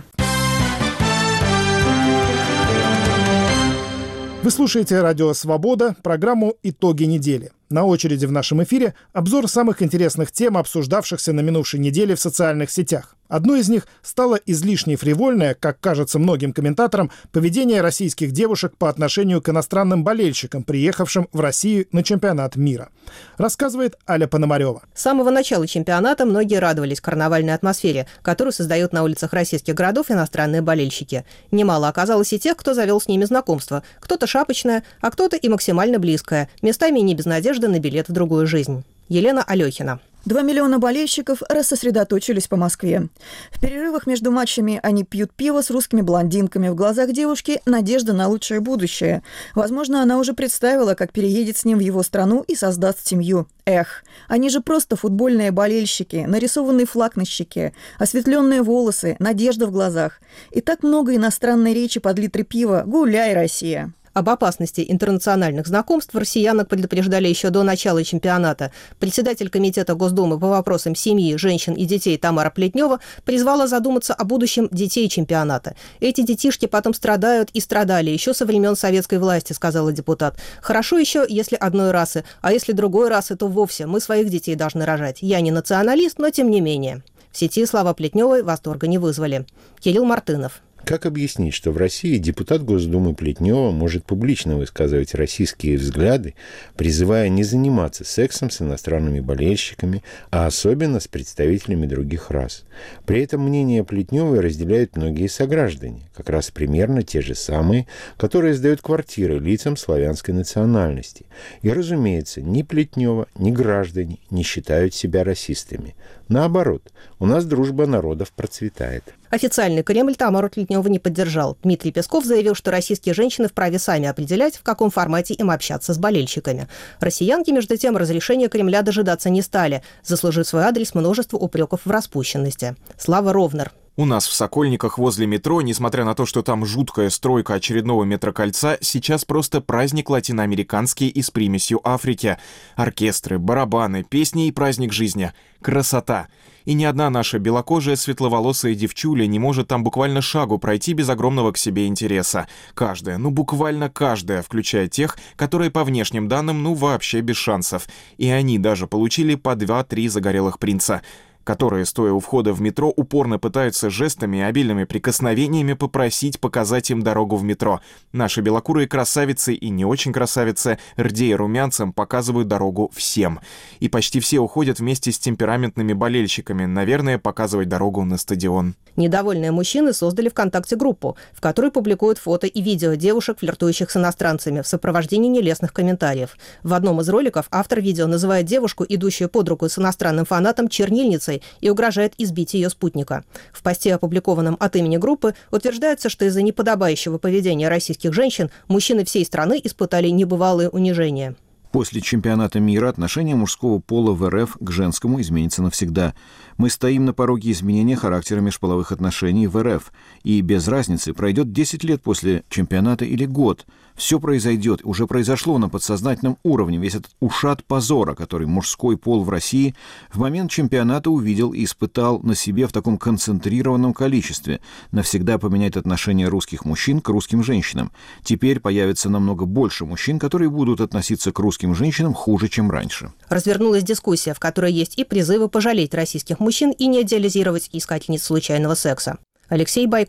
Вы слушаете «Радио Свобода», программу «Итоги недели». На очереди в нашем эфире обзор самых интересных тем, обсуждавшихся на минувшей неделе в социальных сетях. Одной из них стало излишне фривольное, как кажется многим комментаторам, поведение российских девушек по отношению к иностранным болельщикам, приехавшим в Россию на чемпионат мира. Рассказывает Аля Пономарева. С самого начала чемпионата многие радовались карнавальной атмосфере, которую создают на улицах российских городов иностранные болельщики. Немало оказалось и тех, кто завел с ними знакомство. Кто-то шапочное, а кто-то и максимально близкое, местами не без надежды на билет в другую жизнь. Елена Алехина. 2 миллиона болельщиков рассосредоточились по Москве. В перерывах между матчами они пьют пиво с русскими блондинками. В глазах девушки надежда на лучшее будущее. Возможно, она уже представила, как переедет с ним в его страну и создаст семью. Эх, они же просто футбольные болельщики, нарисованный флаг на щеке, осветленные волосы, надежда в глазах. И так много иностранной речи под литры пива. Гуляй, Россия! Об опасности интернациональных знакомств россиянок предупреждали еще до начала чемпионата. Председатель Комитета Госдумы по вопросам семьи, женщин и детей Тамара Плетнева призвала задуматься о будущем детей чемпионата. Эти детишки потом страдают и страдали еще со времен советской власти, сказала депутат. Хорошо еще, если одной расы, а если другой расы, то вовсе мы своих детей должны рожать. Я не националист, но тем не менее. В сети слова Плетневой восторга не вызвали. Кирилл Мартынов. Как объяснить, что в России депутат Госдумы Плетнева может публично высказывать российские взгляды, призывая не заниматься сексом с иностранными болельщиками, а особенно с представителями других рас? При этом мнение Плетневой разделяют многие сограждане, как раз примерно те же самые, которые сдают квартиры лицам славянской национальности. И, разумеется, ни Плетнева, ни граждане не считают себя расистами. Наоборот, у нас дружба народов процветает. Официальный Кремль Тамару Плетневу не поддержал. Дмитрий Песков заявил, что российские женщины вправе сами определять, в каком формате им общаться с болельщиками. Россиянки, между тем, разрешения Кремля дожидаться не стали, заслужив свой адрес множество упреков в распущенности. Слава Ровнер. У нас в Сокольниках возле метро, несмотря на то, что там жуткая стройка очередного метрокольца, сейчас просто праздник латиноамериканский и с примесью Африки. Оркестры, барабаны, песни и праздник жизни. Красота! И ни одна наша белокожая светловолосая девчуля не может там буквально шагу пройти без огромного к себе интереса. Каждая, буквально каждая, включая тех, которые по внешним данным, вообще без шансов. И они даже получили по 2-3 загорелых принца, которые, стоя у входа в метро, упорно пытаются жестами и обильными прикосновениями показать им дорогу в метро. Наши белокурые красавицы и не очень красавицы, рдея румянцем, показывают дорогу всем. И почти все уходят вместе с темпераментными болельщиками, наверное, показывать дорогу на стадион. Недовольные мужчины создали ВКонтакте группу, в которой публикуют фото и видео девушек, флиртующих с иностранцами, в сопровождении нелестных комментариев. В одном из роликов автор видео называет девушку, идущую под руку с иностранным фанатом, чернильницей и угрожает избить ее спутника. В посте, опубликованном от имени группы, утверждается, что из-за неподобающего поведения российских женщин мужчины всей страны испытали небывалые унижения. После чемпионата мира отношение мужского пола в РФ к женскому изменится навсегда. Мы стоим на пороге изменения характера межполовых отношений в РФ. И без разницы, пройдет 10 лет после чемпионата или год. Все произойдет, уже произошло на подсознательном уровне. Весь этот ушат позора, который мужской пол в России в момент чемпионата увидел и испытал на себе в таком концентрированном количестве, навсегда поменяет отношение русских мужчин к русским женщинам. Теперь появится намного больше мужчин, которые будут относиться к русским женщинам хуже, чем раньше. Развернулась дискуссия, в которой есть и призывы пожалеть российских мужчин и не идеализировать искательниц случайного секса. Алексей Байков.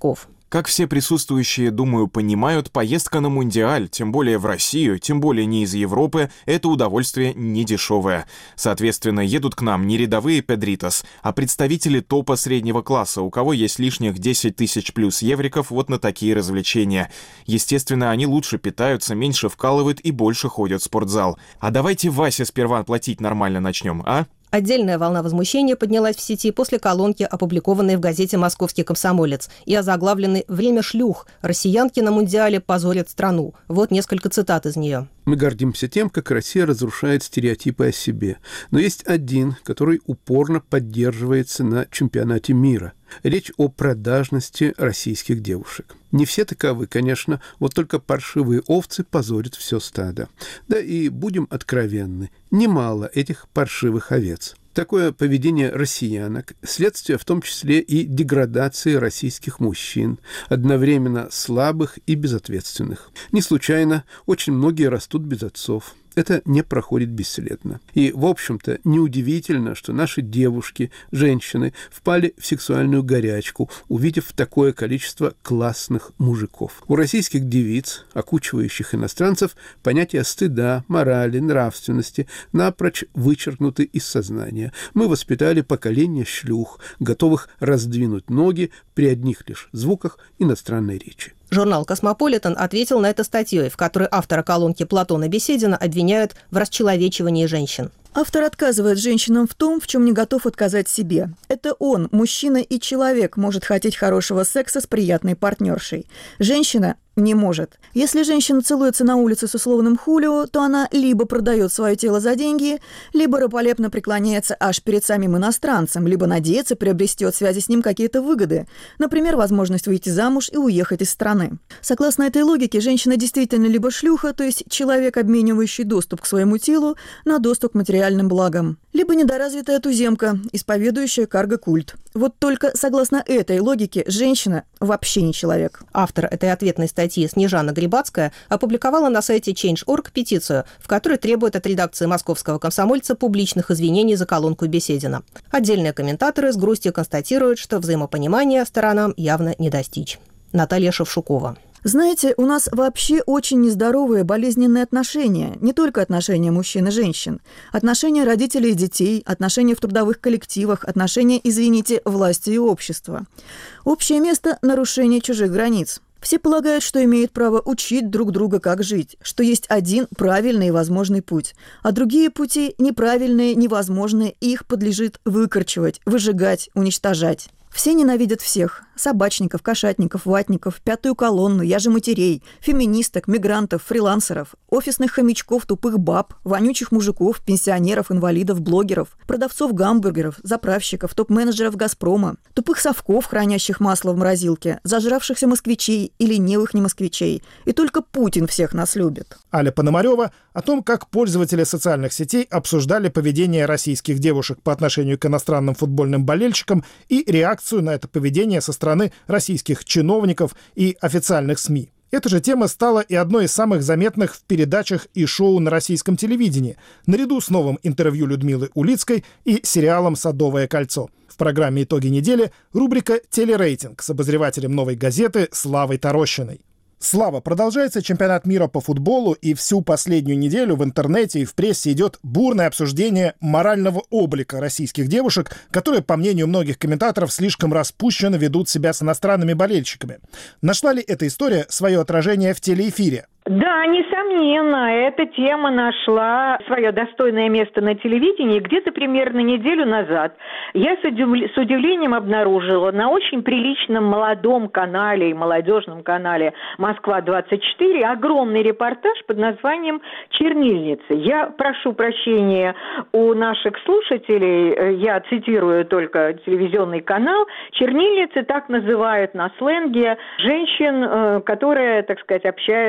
Как все присутствующие, думаю, понимают, поездка на Мундиаль, тем более в Россию, тем более не из Европы, это удовольствие недешевое. Соответственно, едут к нам не рядовые педритос, а представители топа среднего класса, у кого есть лишних 10 тысяч плюс евриков вот на такие развлечения. Естественно, они лучше питаются, меньше вкалывают и больше ходят в спортзал. А давайте Васе сперва платить нормально начнем, а? Отдельная волна возмущения поднялась в сети после колонки, опубликованной в газете «Московский комсомолец» и озаглавленной «Время шлюх. Россиянки на Мундиале позорят страну». Вот несколько цитат из нее. Мы гордимся тем, как Россия разрушает стереотипы о себе. Но есть один, который упорно поддерживается на чемпионате мира. Речь о продажности российских девушек. Не все таковы, конечно, вот только паршивые овцы позорят все стадо. Да и будем откровенны, немало этих паршивых овец. Такое поведение россиянок – следствие в том числе и деградации российских мужчин, одновременно слабых и безответственных. Не случайно очень многие растут без отцов. Это не проходит бесследно. И, в общем-то, неудивительно, что наши девушки, женщины, впали в сексуальную горячку, увидев такое количество классных мужиков. У российских девиц, окучивающих иностранцев, понятия стыда, морали, нравственности напрочь вычеркнуты из сознания. Мы воспитали поколение шлюх, готовых раздвинуть ноги при одних лишь звуках иностранной речи. Журнал «Космополитен» ответил на это статьей, в которой автора колонки Платона Беседина обвиняют в расчеловечивании женщин. Автор отказывает женщинам в том, в чем не готов отказать себе. Это он, мужчина и человек, может хотеть хорошего секса с приятной партнершей. Женщина не может. Если женщина целуется на улице с условным хулио, то она либо продает свое тело за деньги, либо раболепно преклоняется аж перед самим иностранцем, либо надеется приобрести от связи с ним какие-то выгоды, например, возможность выйти замуж и уехать из страны. Согласно этой логике, женщина действительно либо шлюха, то есть человек, обменивающий доступ к своему телу на доступ к материальным благам, либо недоразвитая туземка, исповедующая карго-культ. Вот только согласно этой логике женщина вообще не человек. Автор этой ответной статьи Снежана Грибацкая опубликовала на сайте Change.org петицию, в которой требует от редакции «Московского комсомольца» публичных извинений за колонку Беседина. Отдельные комментаторы с грустью констатируют, что взаимопонимания сторонам явно не достичь. Наталья Шевшукова. Знаете, у нас вообще очень нездоровые болезненные отношения. Не только отношения мужчин и женщин. Отношения родителей и детей, отношения в трудовых коллективах, отношения, извините, власти и общества. Общее место – нарушение чужих границ. Все полагают, что имеют право учить друг друга, как жить, что есть один правильный и возможный путь, а другие пути неправильные, невозможные, и их подлежит выкорчевать, выжигать, уничтожать. Все ненавидят всех – собачников, кошатников, ватников, пятую колонну, яжематерей, феминисток, мигрантов, фрилансеров, офисных хомячков, тупых баб, вонючих мужиков, пенсионеров, инвалидов, блогеров, продавцов гамбургеров, заправщиков, топ-менеджеров «Газпрома», тупых совков, хранящих масло в морозилке, зажравшихся москвичей и ленивых немосквичей. И только Путин всех нас любит. Аля Пономарёва о том, как пользователи социальных сетей обсуждали поведение российских девушек по отношению к иностранным футбольным болельщикам и реакцию на это поведение со стороны российских чиновников и официальных СМИ. Эта же тема стала и одной из самых заметных в передачах и шоу на российском телевидении, наряду с новым интервью Людмилы Улицкой и сериалом «Садовое кольцо». В программе «Итоги недели» рубрика «Телерейтинг» с обозревателем «Новой газеты» Славой Тарощиной. Слава, продолжается чемпионат мира по футболу, и всю последнюю неделю в интернете и в прессе идет бурное обсуждение морального облика российских девушек, которые, по мнению многих комментаторов, слишком распущенно ведут себя с иностранными болельщиками. Нашла ли эта история свое отражение в телеэфире? Да, несомненно, эта тема нашла свое достойное место на телевидении. Где-то примерно неделю назад я с удивлением обнаружила на очень приличном молодом канале и молодежном канале «Москва-24» огромный репортаж под названием «Чернильницы». Я прошу прощения у наших слушателей, я цитирую только телевизионный канал. Чернильницы так называют на сленге женщин, которые, так сказать, общаются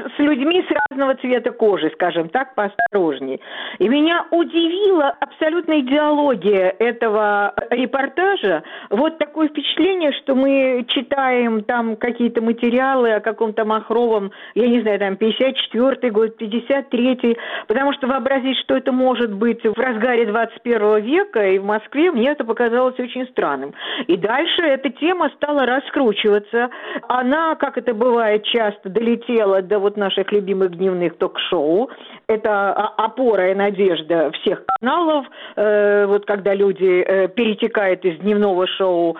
с людьми с разного цвета кожи, скажем так, поосторожнее. И меня удивила абсолютно идеология этого репортажа. Вот такое впечатление, что мы читаем там какие-то материалы о каком-то Махровом, я не знаю, там 54-й год, 53-й, потому что вообразить, что это может быть в разгаре 21 века и в Москве, мне это показалось очень странным. И дальше эта тема стала раскручиваться. Она, как это бывает часто, долетела до вот наших любимых дневных ток-шоу. Это опора и надежда всех каналов. Вот когда люди перетекают из дневного шоу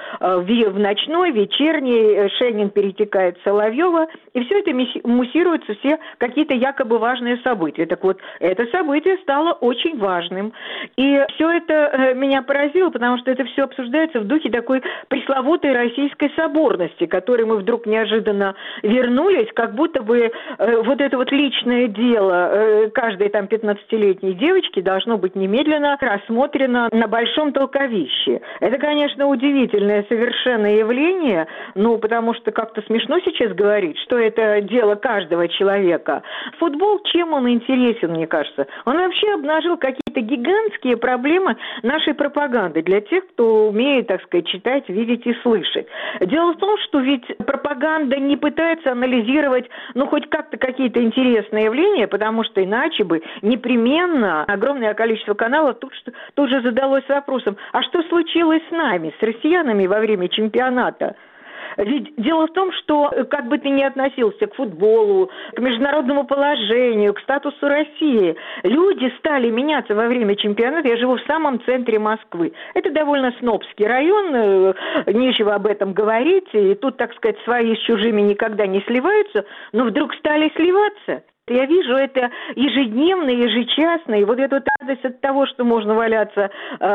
в ночной, вечерний, Шенин перетекает в Соловьева, и все это муссируются все какие-то якобы важные события. Так вот, это событие стало очень важным. И все это меня поразило, потому что это все обсуждается в духе такой пресловутой российской соборности, к которой мы вдруг неожиданно вернулись, как будто бы вот это вот личное дело каждой там 15-летней девочки должно быть немедленно рассмотрено на большом толковище. Это, конечно, удивительное совершенно явление, ну, потому что как-то смешно сейчас говорить, что это дело каждого человека. Футбол, чем он интересен, мне кажется? Он вообще обнажил какие-то гигантские проблемы нашей пропаганды для тех, кто умеет, так сказать, читать, видеть и слышать. Дело в том, что ведь пропаганда не пытается анализировать, ну, хоть как-то какие-то интересные явления, потому что иначе бы непременно огромное количество каналов тут же задалось вопросом, а что случилось с нами, с россиянами во время чемпионата? Ведь дело в том, что как бы ты ни относился к футболу, к международному положению, к статусу России, люди стали меняться во время чемпионата. Я живу в самом центре Москвы. Это довольно снобский район, нечего об этом говорить. И тут, так сказать, свои с чужими никогда не сливаются, но вдруг стали сливаться. Я вижу это ежедневно, ежечасно, и вот эту радость от того, что можно валяться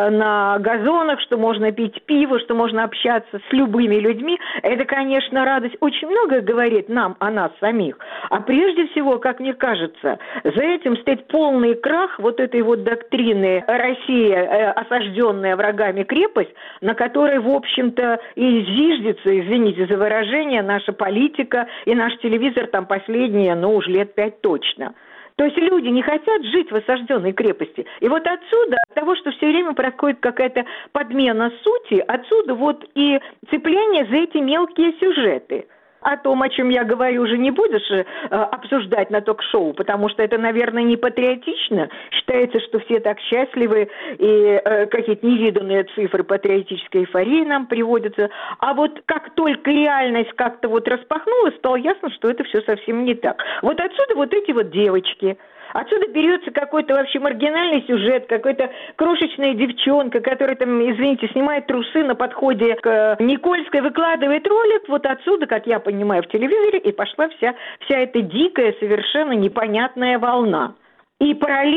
на газонах, что можно пить пиво, что можно общаться с любыми людьми, это, конечно, радость очень многое говорит нам о нас самих. А прежде всего, как мне кажется, за этим стоит полный крах вот этой вот доктрины «Россия, осажденная врагами крепость», на которой, в общем-то, и зиждется, извините за выражение, наша политика и наш телевизор там последние, ну, уж лет 5 точно. То есть люди не хотят жить в осажденной крепости. И вот отсюда, от того, что все время происходит какая-то подмена сути, отсюда вот и цепляние за эти мелкие сюжеты. О том, о чем я говорю, уже не будешь обсуждать на ток-шоу, потому что это, наверное, не патриотично. Считается, что все так счастливы, и какие-то невиданные цифры патриотической эйфории нам приводятся. А вот как только реальность как-то вот распахнулась, стало ясно, что это все совсем не так. Вот отсюда вот эти вот девочки. Отсюда берется какой-то вообще маргинальный сюжет, какая-то крошечная девчонка, которая там, извините, снимает трусы на подходе к Никольской, выкладывает ролик. Вот отсюда, как я понимаю, в телевизоре и пошла вся эта дикая, совершенно непонятная волна. И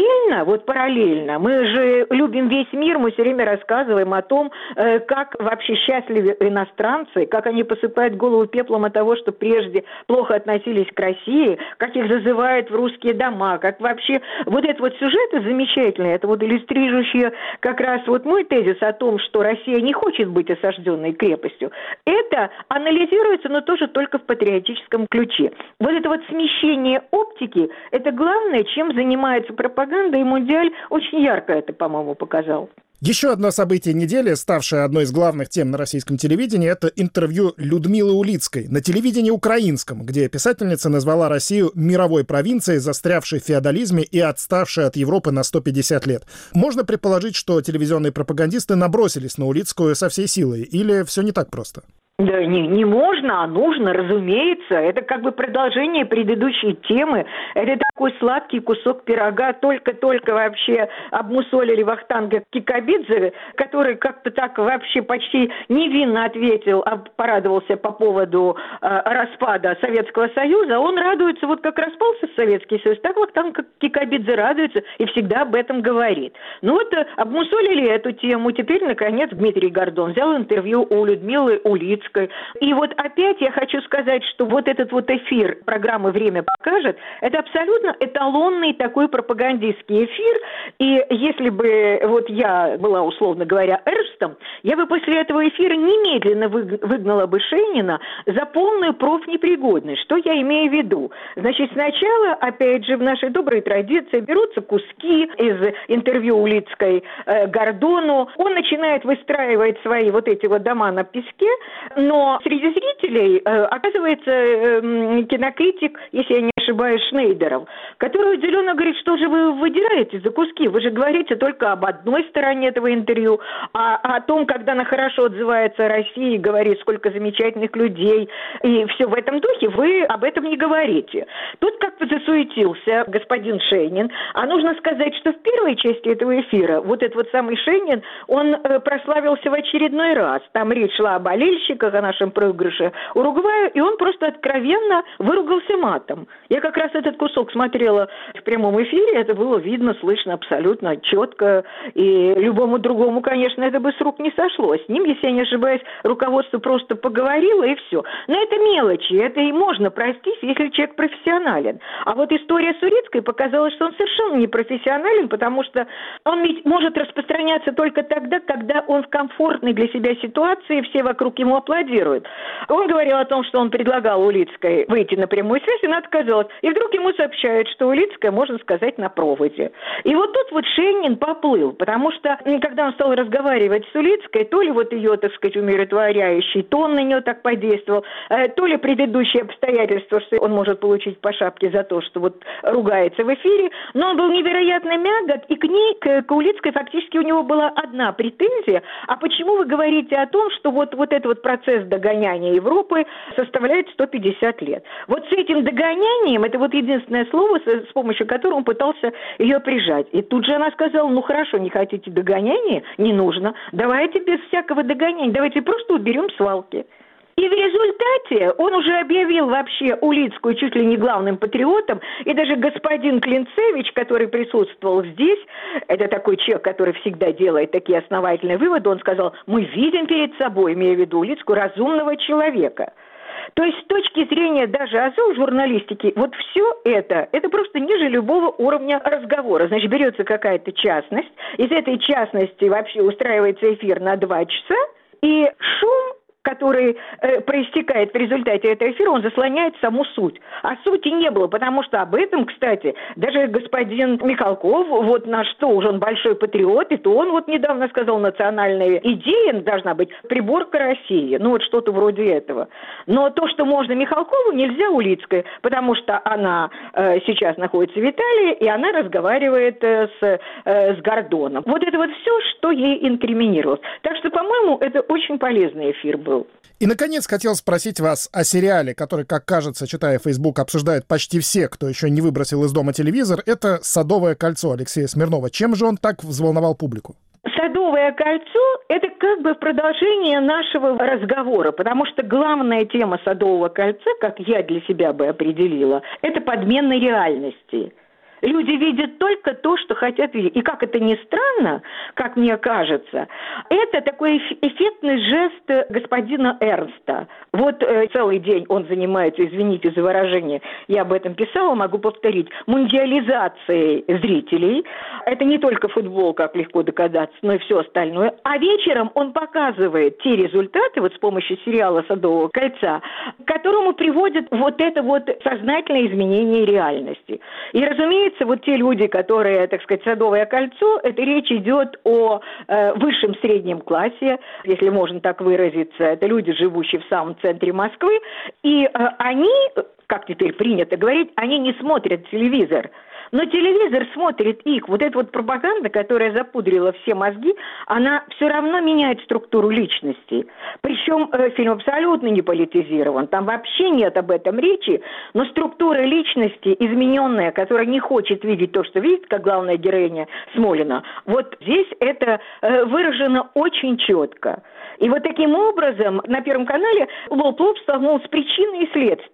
параллельно, мы же любим весь мир, мы все время рассказываем о том, как вообще счастливы иностранцы, как они посыпают голову пеплом от того, что прежде плохо относились к России, как их зазывают в русские дома, как вообще вот этот вот сюжет замечательный, это вот иллюстрирующий как раз вот мой тезис о том, что Россия не хочет быть осажденной крепостью. Это анализируется, но тоже только в патриотическом ключе. Вот это вот смещение оптики, это главное, чем занимается пропаганда, и Мундиаль очень ярко это, по-моему, показал. Еще одно событие недели, ставшее одной из главных тем на российском телевидении, это интервью Людмилы Улицкой на телевидении украинском, где писательница назвала Россию мировой провинцией, застрявшей в феодализме и отставшей от Европы на 150 лет. Можно предположить, что телевизионные пропагандисты набросились на Улицкую со всей силой, или все не так просто? Да не можно, а нужно, разумеется. Это как бы продолжение предыдущей темы. Это такой сладкий кусок пирога. Только вообще обмусолили Вахтанга Кикабидзе, который как-то так вообще почти невинно ответил, порадовался по поводу распада Советского Союза. Он радуется, вот как распался Советский Союз, так Вахтанг Кикабидзе радуется и всегда об этом говорит. Ну вот обмусолили эту тему. Теперь, наконец, Дмитрий Гордон взял интервью у Людмилы Улицкой. И вот опять я хочу сказать, что вот этот вот эфир программы «Время покажет» — это абсолютно эталонный такой пропагандистский эфир. И если бы вот я была, условно говоря, Эрстом, я бы после этого эфира немедленно выгнала бы Шейнина за полную профнепригодность. Что я имею в виду? Значит, сначала, опять же, в нашей доброй традиции берутся куски из интервью Улицкой Гордону. Он начинает выстраивать свои вот эти вот дома на песке, но среди зрителей оказывается кинокритик, если я не ошибаюсь, Шнейдеров, который удивленно говорит, что же вы выдираете за куски? Вы же говорите только об одной стороне этого интервью, а о том, когда она хорошо отзывается о России, говорит, сколько замечательных людей, и все в этом духе, вы об этом не говорите. Тут как-то засуетился господин Шейнин, а нужно сказать, что в первой части этого эфира вот этот вот самый Шейнин, он прославился в очередной раз. Там речь шла о болельщиках, о нашем проигрыше Уругваю, и он просто откровенно выругался матом. Я как раз этот кусок смотрела в прямом эфире, это было видно, слышно абсолютно четко, и любому другому, конечно, это бы с рук не сошло. С ним, если я не ошибаюсь, руководство просто поговорило, и все. Но это мелочи, это и можно простить, если человек профессионален. А вот история с Улицкой показала, что он совершенно не профессионален, потому что он ведь может распространяться только тогда, когда он в комфортной для себя ситуации, все вокруг ему аплодируют. Он говорил о том, что он предлагал Улицкой выйти на прямую связь, и она отказалась. И вдруг ему сообщают, что Улицкая, можно сказать, на проводе. И вот тут вот Шейнин поплыл, потому что, когда он стал разговаривать с Улицкой, то ли вот ее, так сказать, умиротворяющий тон на нее так подействовал, то ли предыдущие обстоятельства, что он может получить по шапке за то, что вот ругается в эфире, но он был невероятно мягок, и к ней, к Улицкой, фактически у него была одна претензия: а почему вы говорите о том, что вот этот вот процесс догоняния Европы составляет 150 лет? Вот с этим догонянием, это вот единственное слово, с помощью которого он пытался ее прижать. И тут же она сказала: ну хорошо, не хотите догоняния? Не нужно. Давайте без всякого догоняния, давайте просто уберем свалки. И в результате он уже объявил вообще Улицкую чуть ли не главным патриотом, и даже господин Клинцевич, который присутствовал здесь, это такой человек, который всегда делает такие основательные выводы, он сказал: мы видим перед собой, имея в виду Улицкую, разумного человека. То есть с точки зрения даже азов журналистики, вот все это просто ниже любого уровня разговора. Значит, берется какая-то частность, из этой частности вообще устраивается эфир на 2 часа, и шум, который проистекает в результате этого эфира, он заслоняет саму суть. А сути не было, потому что об этом, кстати, даже господин Михалков, вот наш тоже он большой патриот, и то он вот недавно сказал: национальная идея должна быть приборка России. Ну вот что-то вроде этого. Но то, что можно Михалкову, нельзя Улицкой, потому что она сейчас находится в Италии, и она разговаривает с Гордоном. Вот это вот все, что ей инкриминировалось. Так что, по-моему, это очень полезный эфир был. И, наконец, хотел спросить вас о сериале, который, как кажется, читая Facebook, обсуждают почти все, кто еще не выбросил из дома телевизор. Это «Садовое кольцо» Алексея Смирнова. Чем же он так взволновал публику? «Садовое кольцо» – это как бы продолжение нашего разговора, потому что главная тема «Садового кольца», как я для себя бы определила, это подмена реальности. Люди видят только то, что хотят видеть. И как это ни странно, как мне кажется, это такой эффектный жест господина Эрнста. Вот целый день он занимается, извините за выражение, я об этом писала, могу повторить, мундиализацией зрителей. Это не только футбол, как легко догадаться, но и все остальное. А вечером он показывает те результаты, вот с помощью сериала «Садового кольца», к которому приводит вот это вот сознательное изменение реальности. И, разумеется, вот те люди, которые, так сказать, «Садовое кольцо», это речь идет о высшем среднем классе, если можно так выразиться. Это люди, живущие в самом центре Москвы, и они, как теперь принято говорить, они не смотрят телевизор. Но телевизор смотрит их. Вот эта вот пропаганда, которая запудрила все мозги, она все равно меняет структуру личности. Причем фильм абсолютно не политизирован. Там вообще нет об этом речи. Но структура личности измененная, которая не хочет видеть то, что видит, как главная героиня Смолина, вот здесь это выражено очень четко. И вот таким образом на Первом канале лоб-лоб столкнулся с причиной и следствием.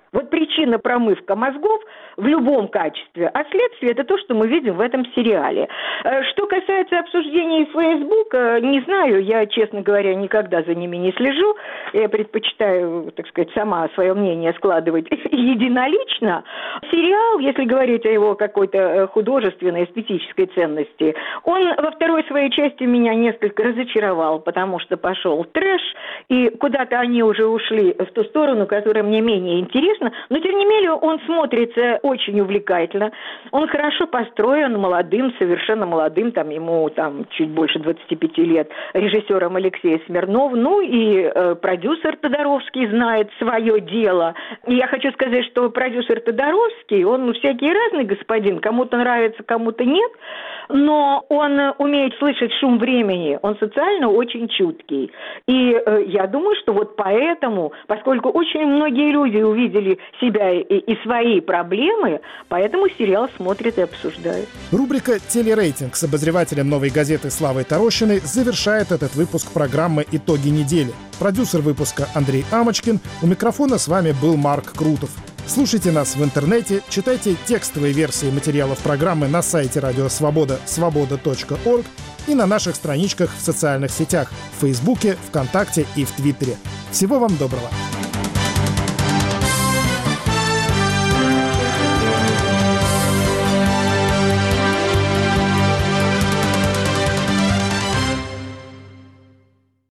Вот причина промывка мозгов в любом качестве, а следствие – это то, что мы видим в этом сериале. Что касается обсуждений Фейсбука, не знаю, я, честно говоря, никогда за ними не слежу. Я предпочитаю, так сказать, сама свое мнение складывать единолично. Сериал, если говорить о его какой-то художественной, эстетической ценности, он во второй своей части меня несколько разочаровал, потому что пошел трэш, и куда-то они уже ушли в ту сторону, которая мне менее интересна, но тем не менее он смотрится очень увлекательно, он хорошо построен молодым, совершенно молодым, там ему там чуть больше 25 лет, режиссером Алексеем Смирновым, ну и продюсер Тодоровский знает свое дело. И я хочу сказать, что продюсер Тодоровский, он всякий разный господин, кому-то нравится, кому-то нет, но он умеет слышать шум времени, он социально очень чуткий. И я думаю, что вот поэтому, поскольку очень многие люди увидели себя и свои проблемы, поэтому сериал смотрят и обсуждают. Рубрика «Телерейтинг» с обозревателем «Новой газеты» Славой Тарощиной завершает этот выпуск программы «Итоги недели». Продюсер выпуска Андрей Амочкин. У микрофона с вами был Марк Крутов. Слушайте нас в интернете, читайте текстовые версии материалов программы на сайте Радио Свобода свобода.орг и на наших страничках в социальных сетях в Фейсбуке, ВКонтакте и в Твиттере. Всего вам доброго!